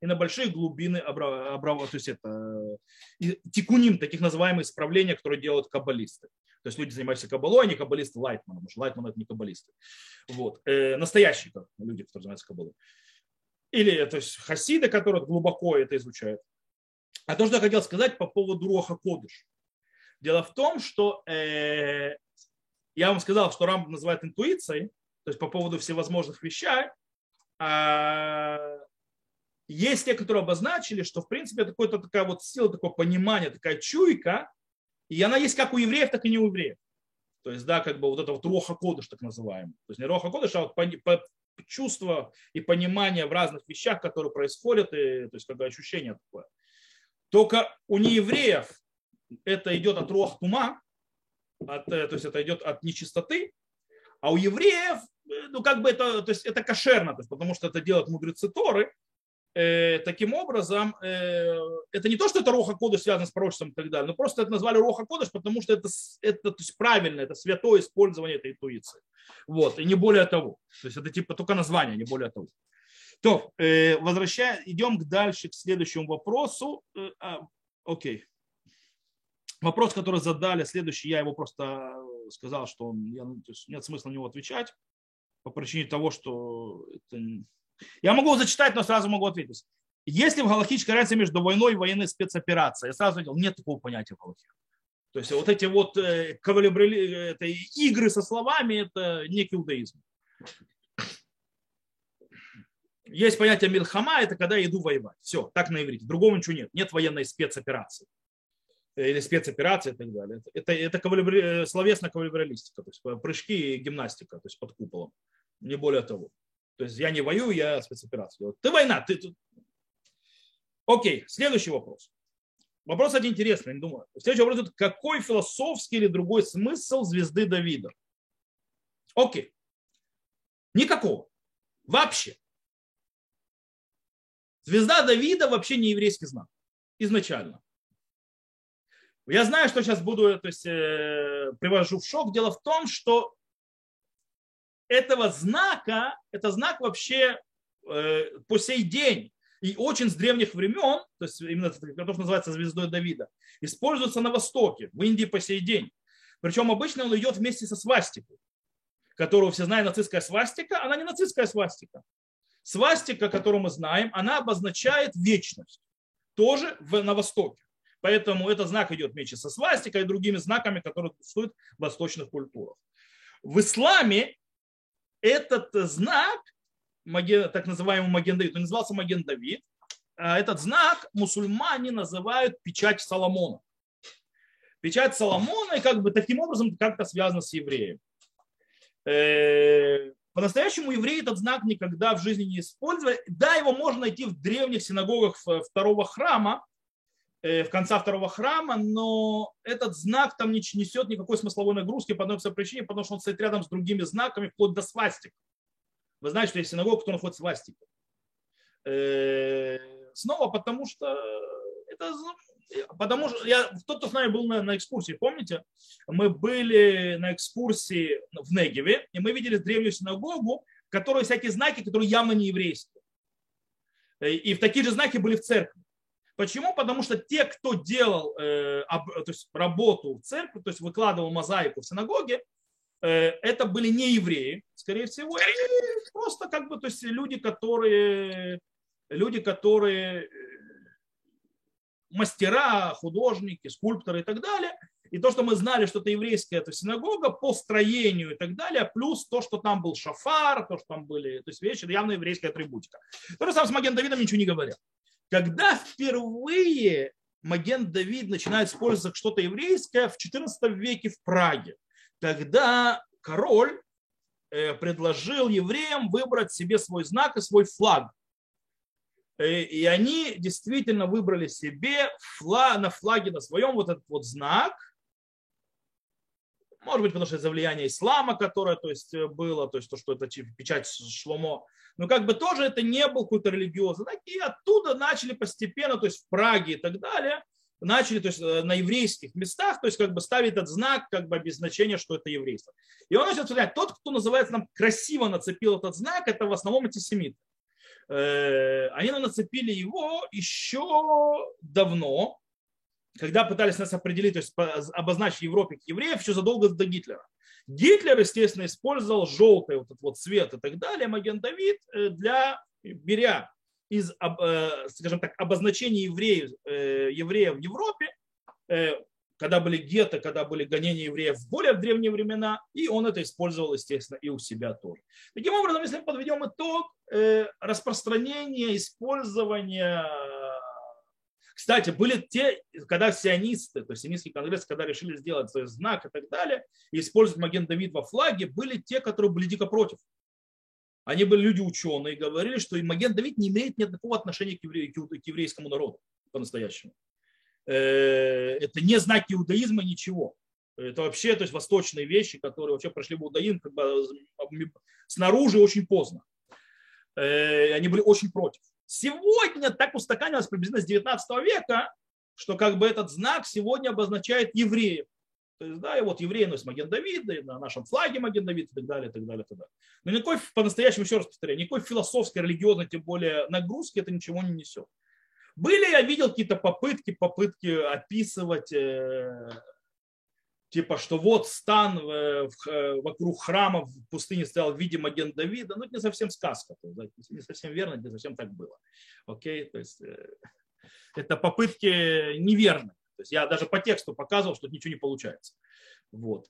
и на большие глубины, то есть это тикуним, таких называемых исправления, которые делают каббалисты. То есть люди, занимающиеся каббалой, а не каббалисты Лайтмана, потому что Лайтман это не каббалисты. Вот. Настоящие люди, которые занимаются каббалой. Или то есть хасиды, которые глубоко это изучают. А то, что я хотел сказать по поводу Руаха Кодыш. Дело в том, что я вам сказал, что Рамбам называет интуицией, то есть по поводу всевозможных вещей. Есть те, которые обозначили, что в принципе это какая-то такая вот сила, такое понимание, такая чуйка, и она есть как у евреев, так и не у евреев. То есть, да, как бы вот это вот Руаха Кодыш, так называемый. То есть не Руаха Кодыш, а вот чувство и понимание в разных вещах, которые происходят, и, то есть как бы ощущение такое. Только у неевреев это идет от Руах Тума, то есть это идет от нечистоты, а у евреев, ну как бы это, то есть это кошерно, то есть, потому что это делают мудрецы Торы. Таким образом, это не то, что это Руаха Кодыш связано с пророчеством и так далее, но просто это назвали Руаха Кодыш, потому что это то есть правильно, это святое использование этой интуиции. Вот, и не более того. То есть это типа только название, не более того. То, идем дальше к следующему вопросу. Окей. Вопрос, который задали, следующий, я его просто сказал, что то есть нет смысла на него отвечать по причине того, что это... Я могу зачитать, но сразу могу ответить. Есть ли в галахической разница между войной и военной спецоперацией? Я сразу говорил, нет такого понятия в галахе. То есть вот эти вот это игры со словами, это не к иудаизму. Есть понятие мильхама, это когда я иду воевать. Все, так на иврите. Другого ничего нет. Нет военной спецоперации. Или спецоперации и так далее. Это словесная кавалеристика, то есть прыжки и гимнастика, то есть под куполом. Не более того. То есть я не воюю, я спецоперацию делаю. Ты война, ты тут. Окей, следующий вопрос. Вопрос один интересный, не думаю. Следующий вопрос – какой философский или другой смысл звезды Давида? Окей. Никакого. Вообще. Звезда Давида вообще не еврейский знак. Изначально. Я знаю, что сейчас буду, то есть привожу в шок. Дело в том, что этого знака, это знак вообще по сей день и очень с древних времен, то есть именно то, что называется звездой Давида, используется на Востоке, в Индии по сей день. Причем обычно он идет вместе со свастикой, которую все знают, нацистская свастика, она не нацистская свастика. Свастика, которую мы знаем, она обозначает вечность, тоже на Востоке. Поэтому этот знак идет вместе со свастикой и другими знаками, которые существуют в восточных культурах. В исламе этот знак, так называемый Маген Давид, он назывался Маген Давид, этот знак мусульмане называют печать Соломона. Печать Соломона, и как бы таким образом как-то связано с евреем. По-настоящему евреи этот знак никогда в жизни не использовали. Да, его можно найти в древних синагогах второго храма, в конце второго храма, но этот знак там не несет никакой смысловой нагрузки по одной причине, потому что он стоит рядом с другими знаками, вплоть до свастик. Вы знаете, что есть синагога, кто находит свастику. Снова потому что кто-то с нами был на экскурсии, помните? Мы были на экскурсии в Негеве, и мы видели древнюю синагогу, в которой всякие знаки, которые явно не еврейские. И такие же знаки были в церкви. Почему? Потому что те, кто делал то есть работу в церкви, то есть выкладывал мозаику в синагоге, это были не евреи, скорее всего, и просто как бы, то есть люди, которые мастера, художники, скульпторы и так далее. И то, что мы знали, что это еврейская это синагога по строению и так далее, плюс то, что там был шафар, то, что там были, то есть вещи, это явно еврейская атрибутика. То же самое с Маген Давидом ничего не говорят. Когда впервые Маген Давид начинает использоваться как что-то еврейское в XIV веке в Праге, тогда король предложил евреям выбрать себе свой знак и свой флаг. И они действительно выбрали себе на флаге, на своем вот этот вот знак. Может быть, потому что из-за влияния ислама, которое то есть, было, то есть то, что это печать Шломо. Но как бы тоже это не был какой-то религиозный знак. И оттуда начали постепенно, то есть в Праге и так далее, начали то есть, на еврейских местах то есть, как бы ставить этот знак как бы обозначение, что это еврейство. И он начал сказать, тот, кто называется, нам красиво нацепил этот знак, это в основном антисемиты. Они нацепили его еще давно, когда пытались нас определить, то есть обозначить в Европе евреев еще задолго до Гитлера. Гитлер, естественно, использовал желтый вот этот вот цвет и так далее, Маген-Давид, беря из, скажем так, обозначения евреев в Европе, когда были гетто, когда были гонения евреев в более древние времена, и он это использовал, естественно, и у себя тоже. Таким образом, если мы подведем итог, распространение, использование. Кстати, были те, когда сионисты, то есть сионистский конгресс, когда решили сделать свой знак и так далее, и использовать Маген-Давид во флаге, были те, которые были дико против. Они были люди ученые, говорили, что Маген-Давид не имеет никакого отношения к еврейскому народу по-настоящему. Это не знак иудаизма, ничего. Это вообще, то есть восточные вещи, которые вообще прошли в иудаизм как бы снаружи очень поздно. Они были очень против. Сегодня так устаканилось приблизительно с 19 века, что как бы этот знак сегодня обозначает евреев. То есть, да, и вот евреи носят Маген-Давида, на нашем флаге Маген-Давид и так далее, и так далее, и так далее. Но никакой, по-настоящему, еще раз повторяю, никакой философской, религиозной, тем более нагрузки это ничего не несет. Были, я видел какие-то попытки описывать, типа, что вот стан вокруг храма в пустыне стоял в виде Маген-Давида. Ну, это не совсем сказка, не совсем верно, не совсем так было. Окей? То есть, это попытки неверные. То есть, я даже по тексту показывал, что ничего не получается. Вот.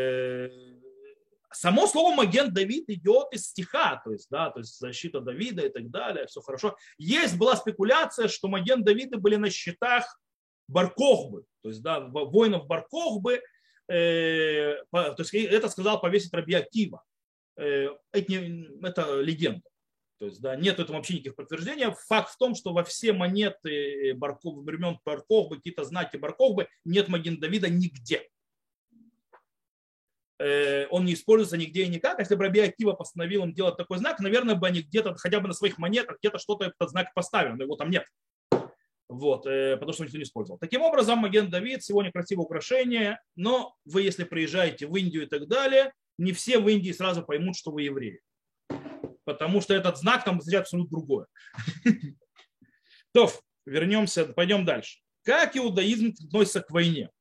Само слово Маген-Давид идет из стиха, то есть, да, то есть защита Давида и так далее, все хорошо. Была спекуляция, что Маген-Давиды были на счетах Бар-Кохбы, то есть, да, воинов Бар-Кохбы, то есть это сказал повесить Раби Акива. Это легенда. То есть, да, нет этому вообще никаких подтверждений. Факт в том, что во все монеты времен Бар-Кохбы, какие-то знаки Бар-Кохбы, нет Маген-Давида нигде. Он не используется нигде и никак. Если бы Раби Акива постановил им делать такой знак, наверное, бы они где-то, хотя бы на своих монетах, где-то что-то этот знак поставили, но его там нет. Вот, потому что никто не использовал. Таким образом, Маген-Давид сегодня красивое украшение, но вы, если приезжаете в Индию и так далее, не все в Индии сразу поймут, что вы евреи. Потому что этот знак там означает абсолютно другое. То, вернемся, пойдем дальше. Как иудаизм относится к войне?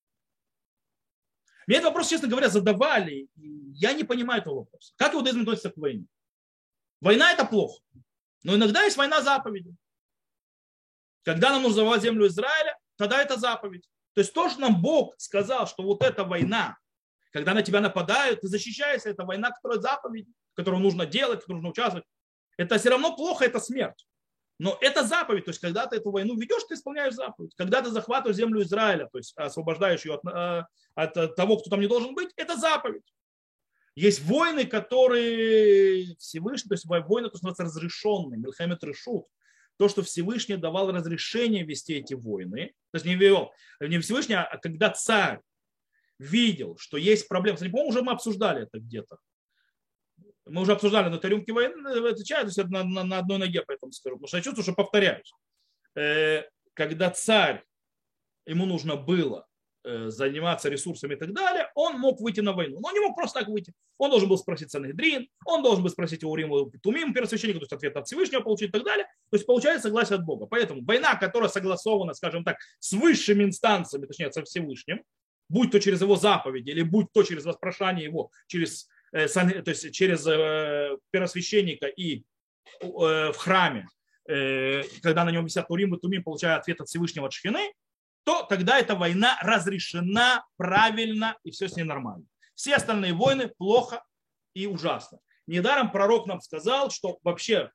Мне этот вопрос, честно говоря, задавали. И я не понимаю этого вопроса. Как иудаизм относится к войне? Война – это плохо. Но иногда есть война заповеди. Когда нам нужно завоевать землю Израиля, тогда это заповедь. То есть то, что нам Бог сказал, что вот эта война, когда на тебя нападают, ты защищаешься, это война, которая заповедь, которую нужно делать, в которой нужно участвовать. Это все равно плохо, это смерть. Но это заповедь, то есть когда ты эту войну ведешь, ты исполняешь заповедь. Когда ты захватываешь землю Израиля, то есть освобождаешь ее от того, кто там не должен быть, это заповедь. Есть войны, которые Всевышний, то есть войны, то, что называется разрешенные, Милхемет Решут, то, что Всевышний давал разрешение вести эти войны, то есть не Всевышний, а когда царь видел, что есть проблемы. Кстати, по-моему, уже мы обсуждали это где-то. Мы уже обсуждали на рюмке войны, отвечаю, то есть на одной ноге, поэтому скажу, потому что я чувствую, что повторяюсь. Когда царь, ему нужно было заниматься ресурсами и так далее, он мог выйти на войну. Но он не мог просто так выйти. Он должен был спросить Санхедрин, он должен был спросить у Урима Тумим, первосвященника, то есть ответ от Всевышнего получить и так далее. То есть получает согласие от Бога. Поэтому война, которая согласована, скажем так, с высшими инстанциями, точнее, со Всевышним, будь то через его заповеди, или будь то через воспрошание его, то есть через первосвященника и в храме, когда на нем висят Урим и Тумим, получая ответ от Всевышнего от Шхины, то тогда эта война разрешена правильно и все с ней нормально. Все остальные войны плохо и ужасно. Недаром пророк нам сказал, что вообще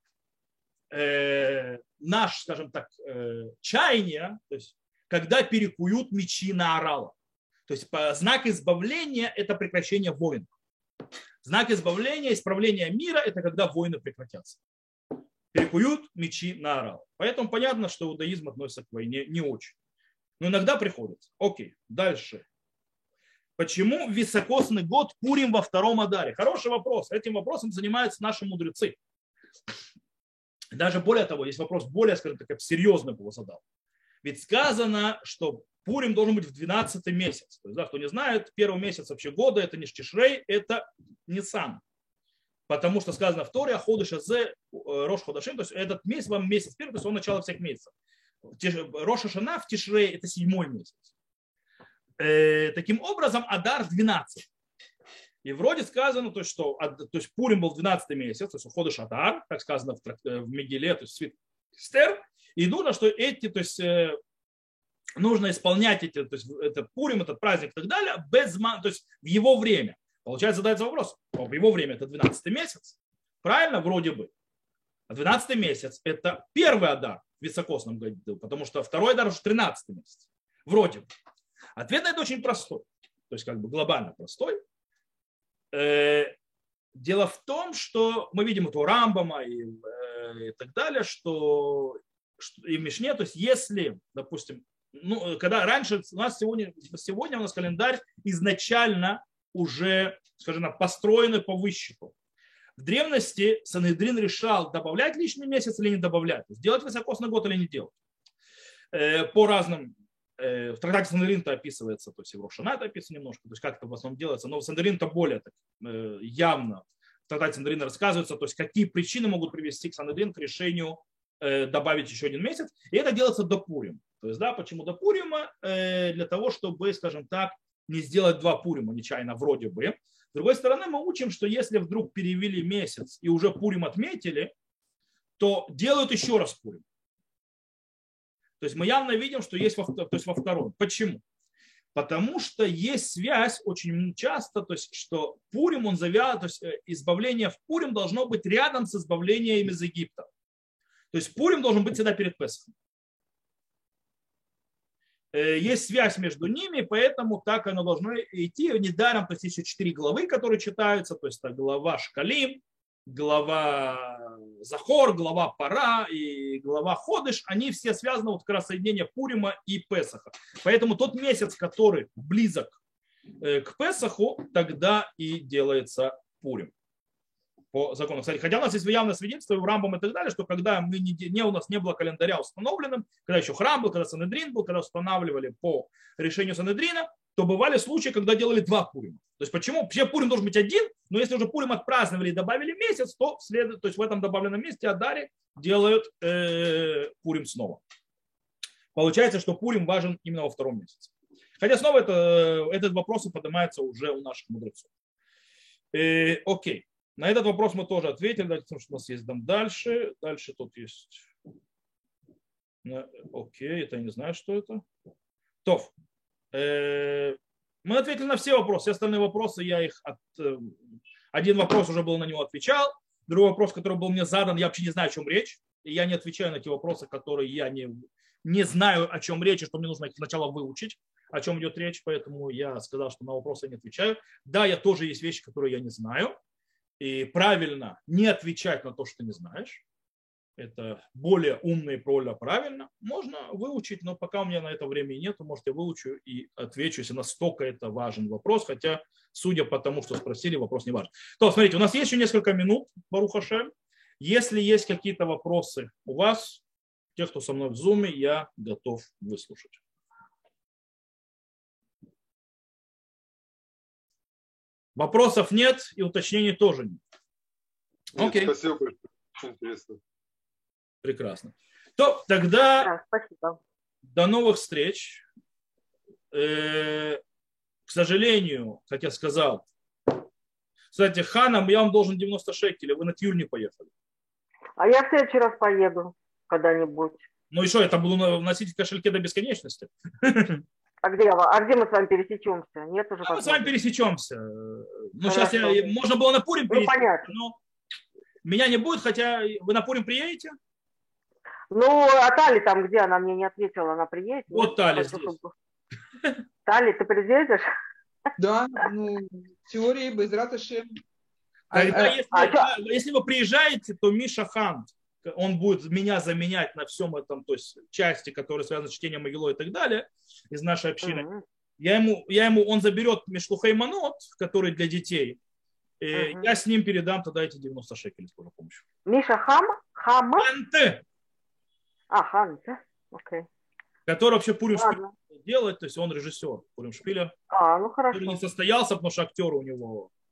наш, скажем так, чаяние, то есть когда перекуют мечи на орала. То есть знак избавления – это прекращение войн. Знак избавления, исправления мира – это когда войны прекратятся. Перекуют мечи на орал. Поэтому понятно, что иудаизм относится к войне не очень. Но иногда приходится. Окей, дальше. Почему високосный год Пурим во втором Адаре? Хороший вопрос. Этим вопросом занимаются наши мудрецы. Даже более того, есть вопрос более, скажем так, серьезный его задал. Ведь сказано, что Пурим должен быть в 12-й месяц. То есть, да, кто не знает, первый месяц вообще года это не Тишрей, это Нисан. Потому что сказано в Торе, Ходыш Азе, Рош Ходашим, то есть этот месяц, вам месяц первый, то есть он начало всех месяцев. Рош Хашана в Тишре это 7-й месяц. Таким образом, Адар 12. И вроде сказано, то есть, что то есть Пурим был 12-й месяц, то есть Ходыш Адар, как сказано в Мегиле, то есть Свит Эстер. И нужно, что эти, то есть нужно исполнять эти, то есть этот Пурим, этот праздник и так далее, то есть в его время. Получается, задается вопрос, в его время это 12-й месяц. Правильно? Вроде бы. А 12-й месяц это первый Адар в високосном году, потому что второй Адар уже 13-й месяц. Вроде бы. Ответ на это очень простой. То есть как бы глобально простой. Дело в том, что мы видим это у Рамбама и так далее, что и в Мишне, то есть если, допустим, ну, когда раньше у нас сегодня у нас календарь изначально уже, скажем так, построенный по высчету. В древности Санхедрин решал, добавлять лишний месяц или не добавлять, сделать високосный год или не делать. По разным, в трактате Санхедрин-то описывается, то есть и в Рошана это описано немножко, то есть как это в основном делается, но в Санхедрин-то более так, явно в трактате Санхедрина рассказывается, то есть какие причины могут привести к Санхедрин к решению добавить еще один месяц, и это делается до Пурима. То есть, да, почему до Пурима? Для того, чтобы, скажем так, не сделать два Пурима нечаянно вроде бы. С другой стороны, мы учим, что если вдруг перевели месяц и уже Пурим отметили, то делают еще раз Пурим. То есть мы явно видим, что есть то есть во втором. Почему? Потому что есть связь очень часто, то есть что Пурим, он завязан, то есть избавление в Пурим должно быть рядом с избавлением из Египта. То есть Пурим должен быть всегда перед Песахом. Есть связь между ними, поэтому так оно должно идти. Недаром, то есть еще 4 главы, которые читаются, то есть глава Шкалим, глава Захор, глава Пара и глава Ходыш, они все связаны вот как раз соединение Пурима и Песаха. Поэтому тот месяц, который близок к Песаху, тогда и делается Пурим. По закону. Кстати, хотя у нас есть явное свидетельство и в Рамбам и так далее, что когда у нас не было календаря установленным, когда еще храм был, когда Санедрин был, когда устанавливали по решению Санедрина, то бывали случаи, когда делали два Пурима. То есть почему? Вообще Пурим должен быть один, но если уже Пурим отпраздновали и добавили месяц, то в этом добавленном месте Адаре делают Пурим снова. Получается, что Пурим важен именно во втором месяце. Хотя снова этот вопрос поднимается уже у наших мудрецов. Окей. На этот вопрос мы тоже ответили, давайте, потому что у нас есть там дальше. Дальше тут есть. Окей, это я не знаю, что это. Тов. Мы ответили на все вопросы. Все остальные вопросы я их один вопрос уже был на него отвечал. Другой вопрос, который был мне задан, я вообще не знаю, о чем речь. И я не отвечаю на те вопросы, которые я не знаю, о чем речь, и что мне нужно сначала выучить, о чем идет речь. Поэтому я сказал, что на вопросы я не отвечаю. Да, я тоже есть вещи, которые я не знаю. И правильно не отвечать на то, что ты не знаешь. Это более умно и более правильно. Можно выучить, но пока у меня на это времени нет, может, я выучу и отвечу, если настолько это важен вопрос. Хотя, судя по тому, что спросили, вопрос не важен. То, смотрите, у нас есть еще несколько минут, Барух Ашем. Если есть какие-то вопросы у вас, тех, кто со мной в зуме, я готов выслушать. Вопросов нет и уточнений тоже нет. Окей. Спасибо большое. Очень интересно. Прекрасно. То тогда спасибо. До новых встреч. К сожалению, как я сказал, кстати, Ханам, я вам должен 90 шекелей, вы на Тюль не поехали. А я в следующий раз поеду когда-нибудь. Ну и что, это буду вносить в кошельке до бесконечности? А где мы с вами пересечемся? Нет уже. Мы с вами пересечемся. Ну, Хорошо. сейчас можно было на Пурим перейти, понятно. но меня не будет, хотя вы на Пурим приедете? Ну, а Тали там где? Она мне не ответила, она приедет? Вот Тали Хочу, здесь. Тали, ты приедешь? Да, ну, в теории без раташи. Тогда, если вы приезжаете, то Миша Хант, он будет меня заменять на всем этом, то есть части, которые связаны с чтением Могило и так далее, из нашей общины. Он заберет Мишлухей Манот, который для детей, я с ним передам тогда эти 90 шекелей с Божьей помощью. Миша Хам? Хант! Хант, окей. Который вообще Пурим Шпиля делает, то есть он режиссер Пурим Шпиля. Ну хорошо. Который не состоялся, потому что актер у него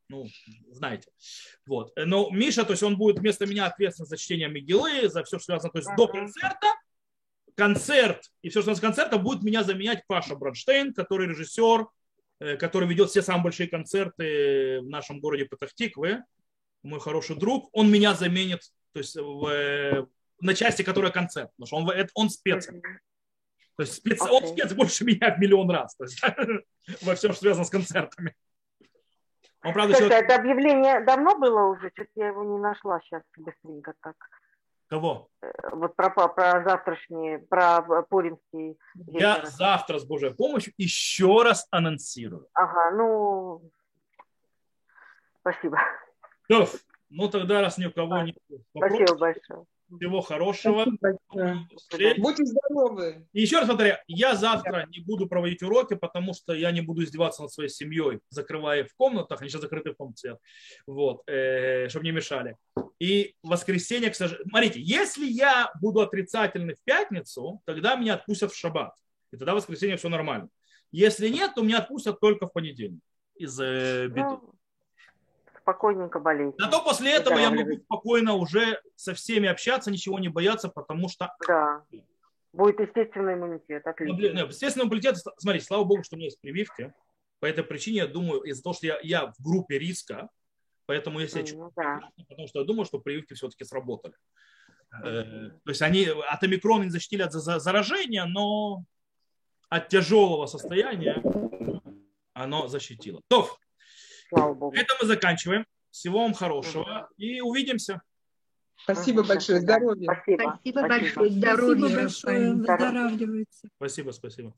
Ну, знаете. Вот. Но Миша, то есть он будет вместо меня ответственен за чтение Мегилы, за все, что связано, то есть до концерта. Концерт и все, что у нас концерта, будет меня заменять Паша Бронштейн, который режиссер, который ведет все самые большие концерты в нашем городе Петах-Тикве, мой хороший друг. Он меня заменит, то есть на части, которая концерт, потому что он спец. То есть он спец больше меня в миллион раз, то есть, во всем, что связано с концертами. Он, правда, Кстати, это объявление давно было уже? Что-то я его не нашла сейчас быстренько так. Кого? Вот про завтрашний, про пуримский вечер. Я завтра с Божьей помощью еще раз анонсирую. Ага, ну, спасибо. Ну тогда, раз ни у кого нет вопросов, Спасибо большое. всего хорошего. Будьте здоровы. И еще раз повторяю, я завтра не буду проводить уроки, потому что я не буду издеваться над своей семьей, закрывая их в комнатах, они сейчас закрыты в комнате, вот, чтобы не мешали. И в воскресенье, к сожалению, смотрите, если я буду отрицательный в пятницу, тогда меня отпустят в шаббат, и тогда в воскресенье все нормально. Если нет, то меня отпустят только в понедельник из беды. Ну, спокойненько болейте. Зато после этого я могу спокойно уже со всеми общаться, ничего не бояться, потому что... Да. Будет естественный иммунитет. Отлично. Естественный иммунитет, смотрите, слава богу, что у меня есть прививки. По этой причине, я думаю, из-за того, что я в группе риска, поэтому если я чувствую, потому что я думаю, что прививки все-таки сработали. То есть они от омикрона не защитили от заражения, но от тяжелого состояния оно защитило. То, слава богу. Это мы заканчиваем. Всего вам хорошего и увидимся. Спасибо большое. Здоровья. Спасибо. Спасибо большое. Здоровья. Спасибо большое. Выздоравливайте. Спасибо.